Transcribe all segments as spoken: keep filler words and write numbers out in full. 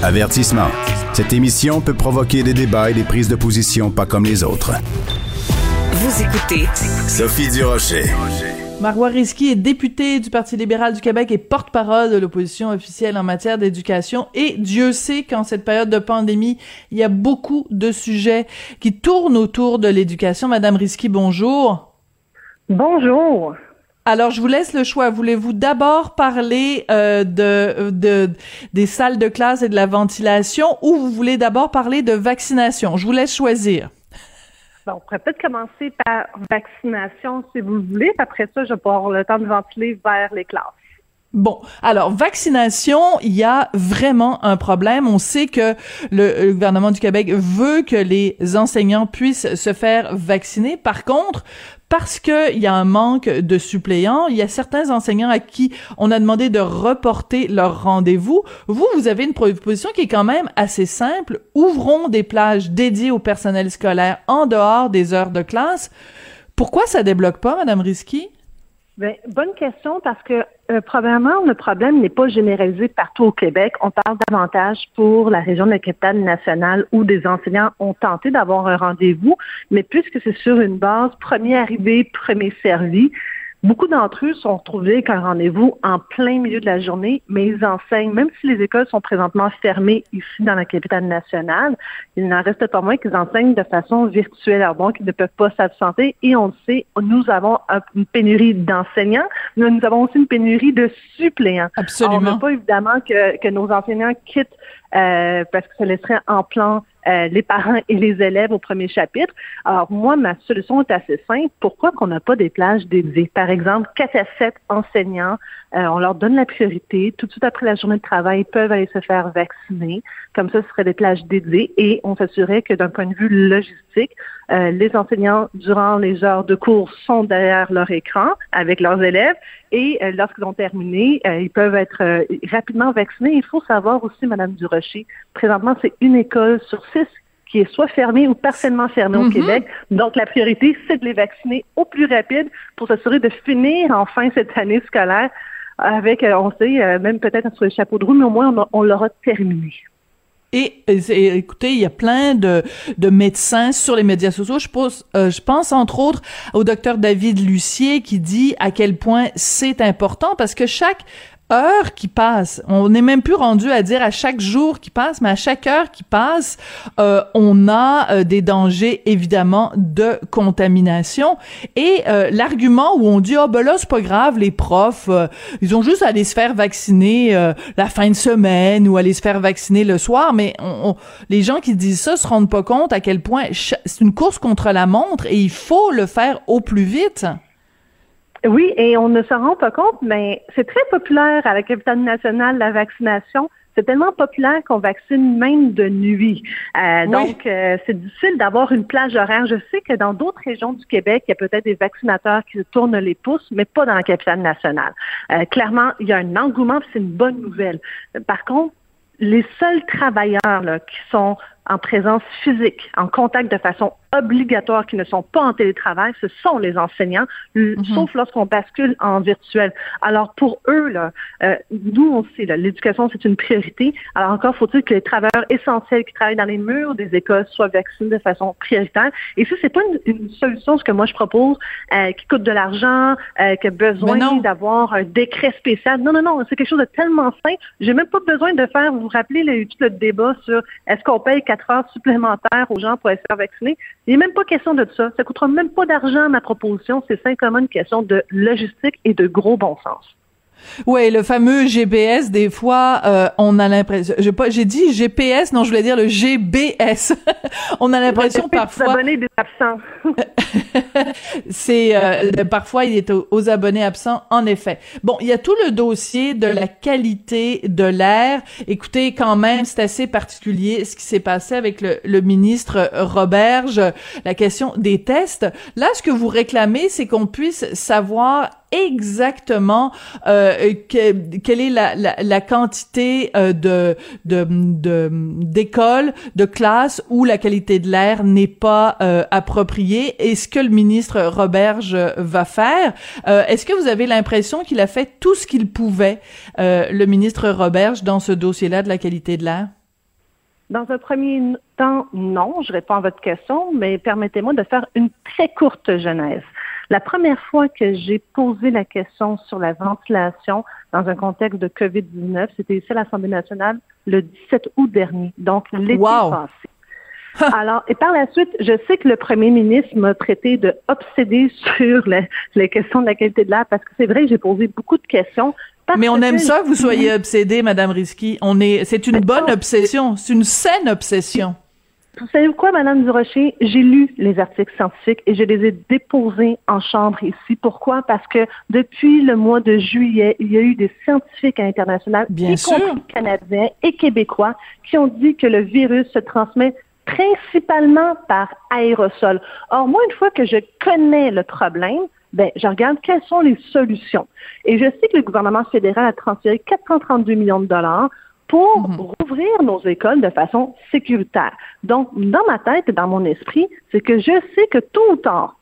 Avertissement. Cette émission peut provoquer des débats et des prises de position pas comme les autres. Vous écoutez Sophie Durocher. Marois Risky est député du Parti libéral du Québec et porte-parole de l'opposition officielle en matière d'éducation. Et Dieu sait qu'en cette période de pandémie, il y a beaucoup de sujets qui tournent autour de l'éducation. Madame Risky, bonjour. Bonjour. Alors, je vous laisse le choix. Voulez-vous d'abord parler euh, de, de des salles de classe et de la ventilation, ou vous voulez d'abord parler de vaccination? Je vous laisse choisir. Bon, on pourrait peut-être commencer par vaccination, si vous le voulez. Après ça, je vais avoir le temps de ventiler vers les classes. Bon, alors, vaccination, il y a vraiment un problème. On sait que le, le gouvernement du Québec veut que les enseignants puissent se faire vacciner. Par contre, parce que il y a un manque de suppléants, il y a certains enseignants à qui on a demandé de reporter leur rendez-vous. Vous, vous avez une proposition qui est quand même assez simple. Ouvrons des plages dédiées au personnel scolaire en dehors des heures de classe. Pourquoi ça débloque pas, Madame Risky? Bien, bonne question, parce que euh, probablement le problème n'est pas généralisé partout au Québec. On parle davantage pour la région de la capitale nationale où des enseignants ont tenté d'avoir un rendez-vous, mais puisque c'est sur une base premier arrivé, premier servi, beaucoup d'entre eux sont retrouvés avec un rendez-vous en plein milieu de la journée, mais ils enseignent, même si les écoles sont présentement fermées ici dans la capitale nationale, il n'en reste pas moins qu'ils enseignent de façon virtuelle, alors donc ils ne peuvent pas s'absenter, et on le sait, nous avons une pénurie d'enseignants, mais nous avons aussi une pénurie de suppléants. Absolument. Alors, on ne veut pas évidemment que, que nos enseignants quittent euh, parce que ça laisserait en plan Euh, les parents et les élèves au premier chapitre. Alors, moi, ma solution est assez simple. Pourquoi qu'on n'a pas des plages dédiées? Par exemple, quatre à sept enseignants, euh, on leur donne la priorité. Tout de suite après la journée de travail, ils peuvent aller se faire vacciner. Comme ça, ce serait des plages dédiées et on s'assurait que d'un point de vue logistique, euh, les enseignants, durant les heures de cours, sont derrière leur écran avec leurs élèves et euh, lorsqu'ils ont terminé, euh, ils peuvent être euh, rapidement vaccinés. Il faut savoir aussi, Madame Durocher, présentement, c'est une école sur six qui est soit fermée ou partiellement fermée mm-hmm. au Québec. Donc, la priorité, c'est de les vacciner au plus rapide pour s'assurer de finir enfin cette année scolaire avec, euh, on sait, euh, même peut-être sur les chapeaux de roue, mais au moins, on, on l'aura terminé. Et, et écoutez, il y a plein de, de médecins sur les médias sociaux. Je pense, euh, je pense entre autres au docteur David Lucier qui dit à quel point c'est important parce que chaque heure qui passe, on n'est même plus rendu à dire à chaque jour qui passe, mais à chaque heure qui passe, euh, on a euh, des dangers évidemment de contamination. Et euh, l'argument où on dit oh ben là c'est pas grave, les profs euh, ils ont juste à aller se faire vacciner euh, la fin de semaine ou aller se faire vacciner le soir, mais on, on, les gens qui disent ça se rendent pas compte à quel point ch- c'est une course contre la montre et il faut le faire au plus vite. Oui, et on ne se rend pas compte, mais c'est très populaire à la capitale nationale, la vaccination. C'est tellement populaire qu'on vaccine même de nuit. Euh, oui. Donc, euh, c'est difficile d'avoir une plage horaire. Je sais que dans d'autres régions du Québec, il y a peut-être des vaccinateurs qui se tournent les pouces, mais pas dans la capitale nationale. Euh, clairement, il y a un engouement, c'est une bonne nouvelle. Par contre, les seuls travailleurs là, qui sont en présence physique, en contact de façon obligatoire, qui ne sont pas en télétravail, ce sont les enseignants, mm-hmm. sauf lorsqu'on bascule en virtuel. Alors pour eux, là, euh, nous on sait, là, l'éducation c'est une priorité. Alors encore faut-il que les travailleurs essentiels qui travaillent dans les murs des écoles soient vaccinés de façon prioritaire. Et ça, c'est pas une, une solution, ce que moi je propose, euh, qui coûte de l'argent, euh, qui a besoin d'avoir un décret spécial. Non, non, non, c'est quelque chose de tellement simple. J'ai même pas besoin de faire, vous vous rappelez, là, tout le débat sur est-ce qu'on paye quatre heures supplémentaires aux gens pour se faire vacciner. Il n'est même pas question de ça. Ça ne coûtera même pas d'argent, ma proposition. C'est simplement une question de logistique et de gros bon sens. Ouais, le fameux G P S, des fois, euh, on a l'impression, j'ai pas, j'ai dit G P S, non, je voulais dire le G B S. On a l'impression parfois. Des abonnés des absents. C'est euh, parfois il est aux, aux abonnés absents, en effet. Bon, il y a tout le dossier de la qualité de l'air. Écoutez, quand même, c'est assez particulier ce qui s'est passé avec le, le ministre Roberge, la question des tests. Là, ce que vous réclamez, c'est qu'on puisse savoir exactement euh, que, quelle est la, la, la quantité euh, de, de, de d'écoles, de classes où la qualité de l'air n'est pas euh, appropriée. Et ce que le ministre Roberge va faire, euh, est-ce que vous avez l'impression qu'il a fait tout ce qu'il pouvait, euh, le ministre Roberge, dans ce dossier-là de la qualité de l'air? Dans un premier temps, non, je réponds à votre question, mais permettez-moi de faire une très courte genèse. La première fois que j'ai posé la question sur la ventilation dans un contexte de covid dix-neuf, c'était ici à l'Assemblée nationale le dix-sept août dernier, donc l'été wow. passé. Alors, et par la suite, je sais que le premier ministre m'a traité de obsédé sur la, les questions de la qualité de l'air, parce que c'est vrai que j'ai posé beaucoup de questions. Mais on aime ça que vous soyez obsédée, Madame Risky. On est, c'est une bonne obsession, c'est une saine obsession. Vous savez quoi, Madame Durocher? J'ai lu les articles scientifiques et je les ai déposés en chambre ici. Pourquoi? Parce que depuis le mois de juillet, il y a eu des scientifiques internationaux, Bien y sûr. compris canadiens et québécois, qui ont dit que le virus se transmet principalement par aérosol. Or, moi, une fois que je connais le problème, ben, je regarde quelles sont les solutions. Et je sais que le gouvernement fédéral a transféré quatre cent trente-deux millions de dollars pour mm-hmm. rouvrir nos écoles de façon sécuritaire. Donc, dans ma tête et dans mon esprit, c'est que je sais que tôt ou tard,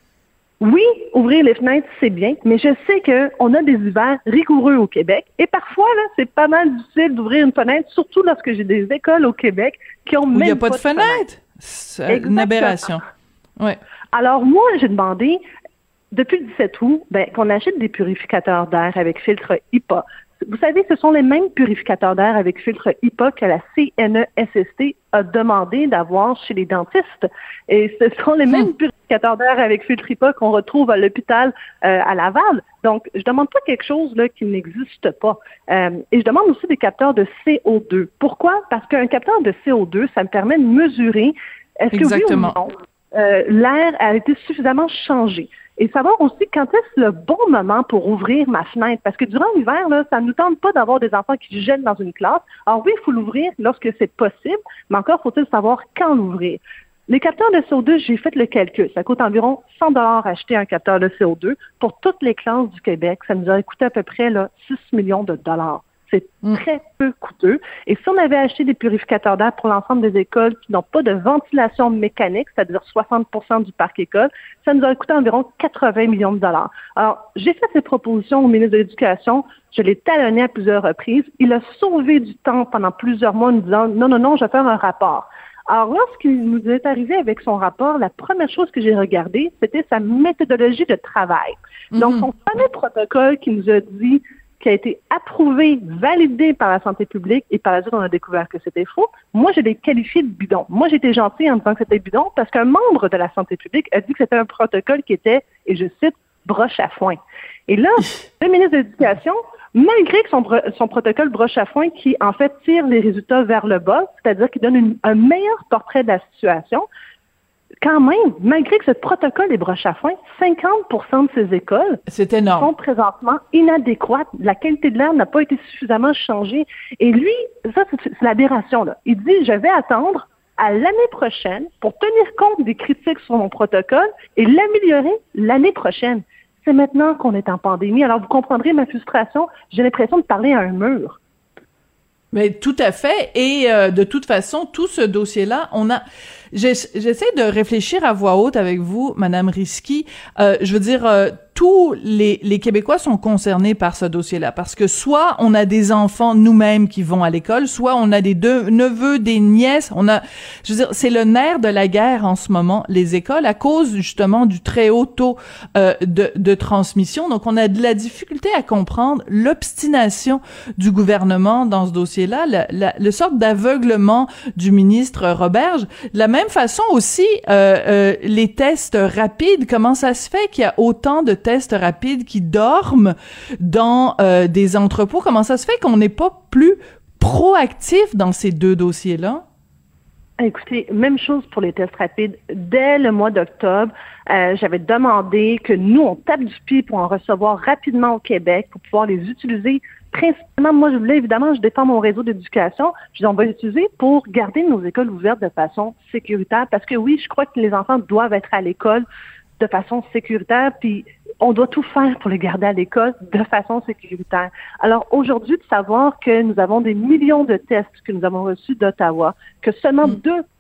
oui, ouvrir les fenêtres, c'est bien, mais je sais qu'on a des hivers rigoureux au Québec et parfois, là, c'est pas mal difficile d'ouvrir une fenêtre, surtout lorsque j'ai des écoles au Québec qui ont même il n'y a pas, pas de fenêtre. fenêtre. C'est une aberration. Ouais. Alors, moi, j'ai demandé, depuis le dix-sept août, ben, qu'on achète des purificateurs d'air avec filtre I P A. Vous savez, ce sont les mêmes purificateurs d'air avec filtre I P A que la C N E S S T a demandé d'avoir chez les dentistes. Et ce sont les mêmes purificateurs d'air avec filtre I P A qu'on retrouve à l'hôpital euh, à Laval. Donc, je demande pas quelque chose là qui n'existe pas. Euh, et je demande aussi des capteurs de C O deux. Pourquoi? Parce qu'un capteur de C O deux, ça me permet de mesurer est-ce Exactement. que oui ou non, euh, l'air a été suffisamment changé. Et savoir aussi quand est-ce le bon moment pour ouvrir ma fenêtre. Parce que durant l'hiver, là, ça ne nous tente pas d'avoir des enfants qui gèlent dans une classe. Alors oui, il faut l'ouvrir lorsque c'est possible, mais encore faut-il savoir quand l'ouvrir. Les capteurs de C O deux, j'ai fait le calcul. Ça coûte environ cent dollars acheter un capteur de C O deux. Pour toutes les classes du Québec, ça nous aurait coûté à peu près là, six millions de dollars. C'est mmh. très peu coûteux. Et si on avait acheté des purificateurs d'air pour l'ensemble des écoles qui n'ont pas de ventilation mécanique, c'est-à-dire soixante pour cent du parc école, ça nous aurait coûté environ quatre-vingts millions de dollars. Alors, j'ai fait ces propositions au ministre de l'Éducation. Je l'ai talonné à plusieurs reprises. Il a sauvé du temps pendant plusieurs mois en nous disant « Non, non, non, je vais faire un rapport ». Alors, lorsqu'il nous est arrivé avec son rapport, la première chose que j'ai regardée, c'était sa méthodologie de travail. Mm-hmm. Donc, son fameux protocole qui nous a dit qui a été approuvé, validé par la santé publique, et par la suite, on a découvert que c'était faux. Moi, je l'ai qualifié de bidon. Moi, j'étais gentille en disant que c'était bidon parce qu'un membre de la santé publique a dit que c'était un protocole qui était, et je cite, broche à foin. Et là, le ministre de l'Éducation, malgré que son, son protocole broche à foin qui, en fait, tire les résultats vers le bas, c'est-à-dire qu'il donne une, un meilleur portrait de la situation, quand même, malgré que ce protocole est broche à foin, cinquante pour cent de ces écoles c'est énorme. sont présentement inadéquates. La qualité de l'air n'a pas été suffisamment changée. Et lui, ça, c'est, c'est l'aberration, là. Il dit, je vais attendre à l'année prochaine pour tenir compte des critiques sur mon protocole et l'améliorer l'année prochaine. C'est maintenant qu'on est en pandémie. Alors, vous comprendrez ma frustration. J'ai l'impression de parler à un mur. Mais tout à fait. Et euh, de toute façon, tout ce dossier-là, on a... J'essaie de réfléchir à voix haute avec vous, Madame Risky. Euh, je veux dire, euh, tous les, les Québécois sont concernés par ce dossier-là, parce que soit on a des enfants nous-mêmes qui vont à l'école, soit on a des deux neveux, des nièces. On a, je veux dire, c'est le nerf de la guerre en ce moment, les écoles, à cause justement du très haut taux euh, de, de transmission. Donc, on a de la difficulté à comprendre l'obstination du gouvernement dans ce dossier-là, la, la, le sorte d'aveuglement du ministre Roberge. De la même façon aussi, euh, euh, les tests rapides, comment ça se fait qu'il y a autant de tests rapides qui dorment dans euh, des entrepôts? Comment ça se fait qu'on n'est pas plus proactif dans ces deux dossiers-là? Écoutez, même chose pour les tests rapides. Dès le mois d'octobre, euh, j'avais demandé que nous, on tape du pied pour en recevoir rapidement au Québec, pour pouvoir les utiliser. Principalement, moi, je voulais, évidemment, je défends mon réseau d'éducation. Je dis, on va l'utiliser pour garder nos écoles ouvertes de façon sécuritaire. Parce que oui, je crois que les enfants doivent être à l'école de façon sécuritaire, puis on doit tout faire pour les garder à l'école de façon sécuritaire. Alors aujourd'hui, de savoir que nous avons des millions de tests que nous avons reçus d'Ottawa, que seulement mmh. deux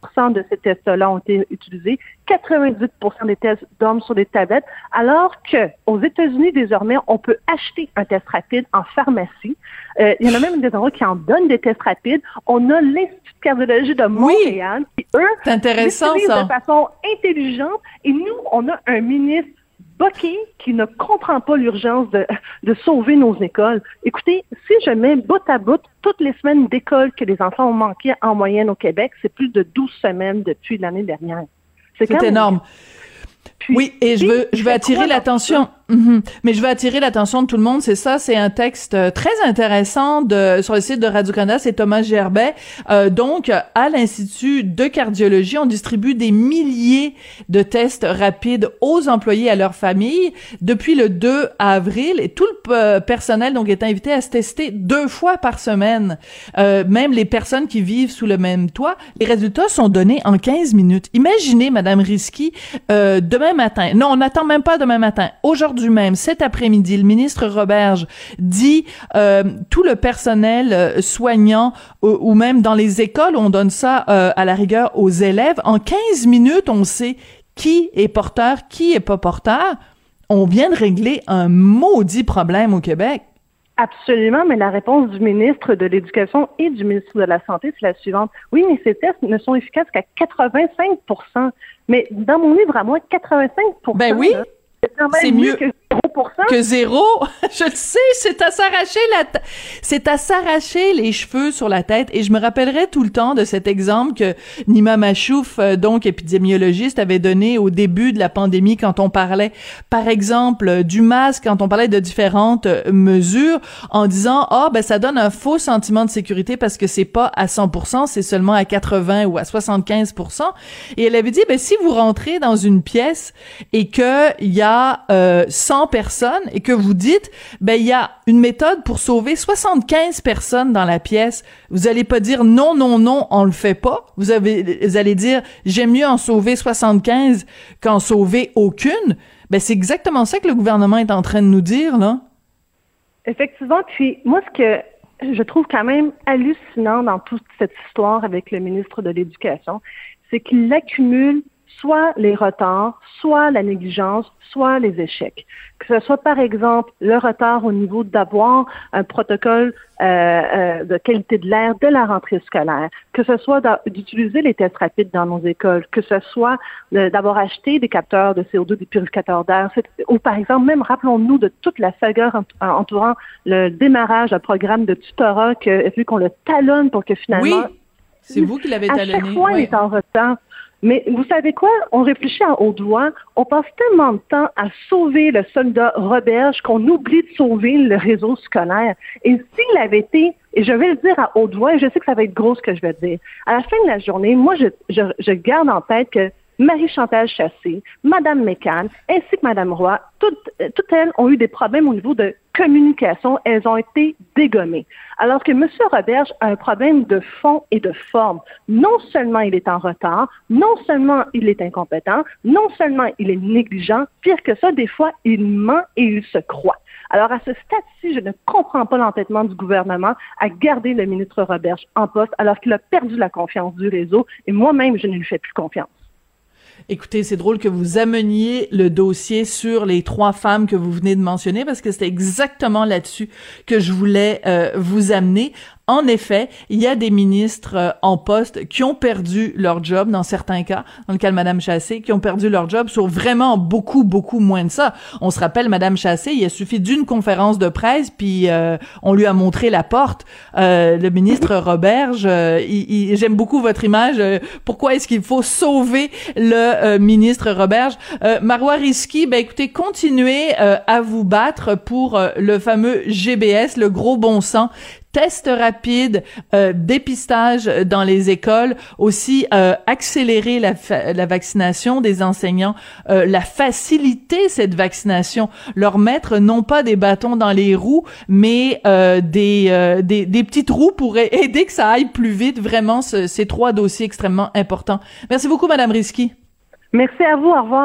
pour cent de ces tests-là ont été utilisés. quatre-vingt-dix pour cent des tests dorment sur des tablettes, alors que aux États-Unis, désormais, on peut acheter un test rapide en pharmacie. Euh, il y en a même des endroits qui en donnent des tests rapides. On a l'Institut de cardiologie de Montréal oui. qui, eux, c'est intéressant, ça. de façon intelligente. Et nous, on a un ministre Bokeh qui ne comprend pas l'urgence de, de sauver nos écoles. Écoutez, si je mets bout à bout toutes les semaines d'école que les enfants ont manqué en moyenne au Québec, c'est plus de douze semaines depuis l'année dernière. C'est, c'est énorme. Puis, oui, et je veux, je veux attirer l'attention. Mm-hmm. Mais je veux attirer l'attention de tout le monde. C'est ça, c'est un texte très intéressant de sur le site de Radio-Canada. C'est Thomas Gerbet. Euh, donc, à l'Institut de cardiologie, on distribue des milliers de tests rapides aux employés et à leurs familles depuis le deux avril. Et tout le euh, personnel donc est invité à se tester deux fois par semaine. Euh, même les personnes qui vivent sous le même toit. Les résultats sont donnés en quinze minutes. Imaginez, Madame Risky, euh, demain matin. Non, on n'attend même pas demain matin. Aujourd'hui même, cet après-midi, le ministre Roberge dit euh, tout le personnel euh, soignant ou, ou même dans les écoles, on donne ça euh, à la rigueur aux élèves. En quinze minutes, on sait qui est porteur, qui est pas porteur. On vient de régler un maudit problème au Québec. Absolument, mais la réponse du ministre de l'Éducation et du ministre de la Santé, c'est la suivante. Oui, mais ces tests ne sont efficaces qu'à quatre-vingt-cinq pour cent. Mais dans mon livre à moi, quatre-vingt-cinq pour cent. Ben oui. Là, c'est quand même c'est mieux que zéro pour cent. Que zéro. Je le sais, c'est à s'arracher la t- c'est à s'arracher les cheveux sur la tête. Et je me rappellerai tout le temps de cet exemple que Nima Machouf, donc épidémiologiste, avait donné au début de la pandémie quand on parlait, par exemple, du masque, quand on parlait de différentes mesures, en disant, ah, ben, ça donne un faux sentiment de sécurité parce que c'est pas à cent pour cent, c'est seulement à quatre-vingts ou à soixante-quinze pour cent. Et elle avait dit, ben, si vous rentrez dans une pièce et que il y a euh, cent personnes et que vous dites, ben, il y a une méthode pour sauver soixante-quinze personnes dans la pièce. Vous allez pas dire non, non, non, on le fait pas. Vous avez, vous allez dire, j'aime mieux en sauver soixante-quinze qu'en sauver aucune. Ben, c'est exactement ça que le gouvernement est en train de nous dire, là. Effectivement. Puis, moi, ce que je trouve quand même hallucinant dans toute cette histoire avec le ministre de l'Éducation, c'est qu'il accumule soit les retards, soit la négligence, soit les échecs. Que ce soit, par exemple, le retard au niveau d'avoir un protocole euh, euh, de qualité de l'air de la rentrée scolaire, que ce soit d'utiliser les tests rapides dans nos écoles, que ce soit de, d'avoir acheté des capteurs de C O deux, des purificateurs d'air, ou par exemple, même rappelons-nous de toute la saga entourant le démarrage d'un programme de tutorat, que, vu qu'on le talonne pour que finalement... Oui, c'est vous qui l'avez talonné. À chaque fois, oui. il est en retard. Mais vous savez quoi? On réfléchit à haute voix. On passe tellement de temps à sauver le soldat Roberge qu'on oublie de sauver le réseau scolaire. Et s'il avait été, et je vais le dire à haute voix, et je sais que ça va être gros ce que je vais dire, à la fin de la journée, moi, je, je, je garde en tête que Marie-Chantal Chassé, Madame Mécan, ainsi que Madame Roy, toutes, toutes elles ont eu des problèmes au niveau de communication. Elles ont été dégommées. Alors que M. Roberge a un problème de fond et de forme. Non seulement il est en retard, non seulement il est incompétent, non seulement il est négligent, pire que ça, des fois, il ment et il se croit. Alors, à ce stade-ci, je ne comprends pas l'entêtement du gouvernement à garder le ministre Roberge en poste alors qu'il a perdu la confiance du réseau et moi-même, je ne lui fais plus confiance. Écoutez, c'est drôle que vous ameniez le dossier sur les trois femmes que vous venez de mentionner parce que c'était exactement là-dessus que je voulais euh, vous amener. En effet, il y a des ministres euh, en poste qui ont perdu leur job dans certains cas, dans le cas de Madame Chassé, qui ont perdu leur job sur vraiment beaucoup, beaucoup moins de ça. On se rappelle, Madame Chassé, il a suffi d'une conférence de presse, puis euh, on lui a montré la porte. Euh, le ministre Roberge, euh, il, il, j'aime beaucoup votre image. Euh, pourquoi est-ce qu'il faut sauver le euh, ministre Roberge? Euh, Marois Risky, ben écoutez, continuez euh, à vous battre pour euh, le fameux G B S, le gros bon sens. Tests rapides, euh, dépistage dans les écoles, aussi euh, accélérer la, fa- la vaccination des enseignants, euh, la faciliter cette vaccination, leur mettre non pas des bâtons dans les roues, mais euh, des, euh, des des petites roues pour aider que ça aille plus vite. Vraiment, ce, ces trois dossiers extrêmement importants. Merci beaucoup, Madame Risky. Merci à vous. Au revoir.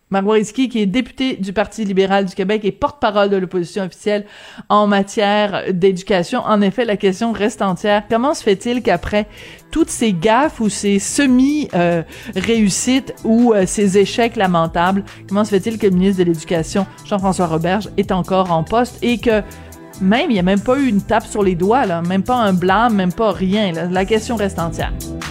Marois Risky, qui est député du Parti libéral du Québec et porte-parole de l'opposition officielle en matière d'éducation. En effet, la question reste entière. Comment se fait-il qu'après toutes ces gaffes ou ces semi-réussites euh, ou euh, ces échecs lamentables, comment se fait-il que le ministre de l'Éducation, Jean-François Roberge, est encore en poste et que même, il n'y a même pas eu une tape sur les doigts, là, même pas un blâme, même pas rien. Là. La question reste entière.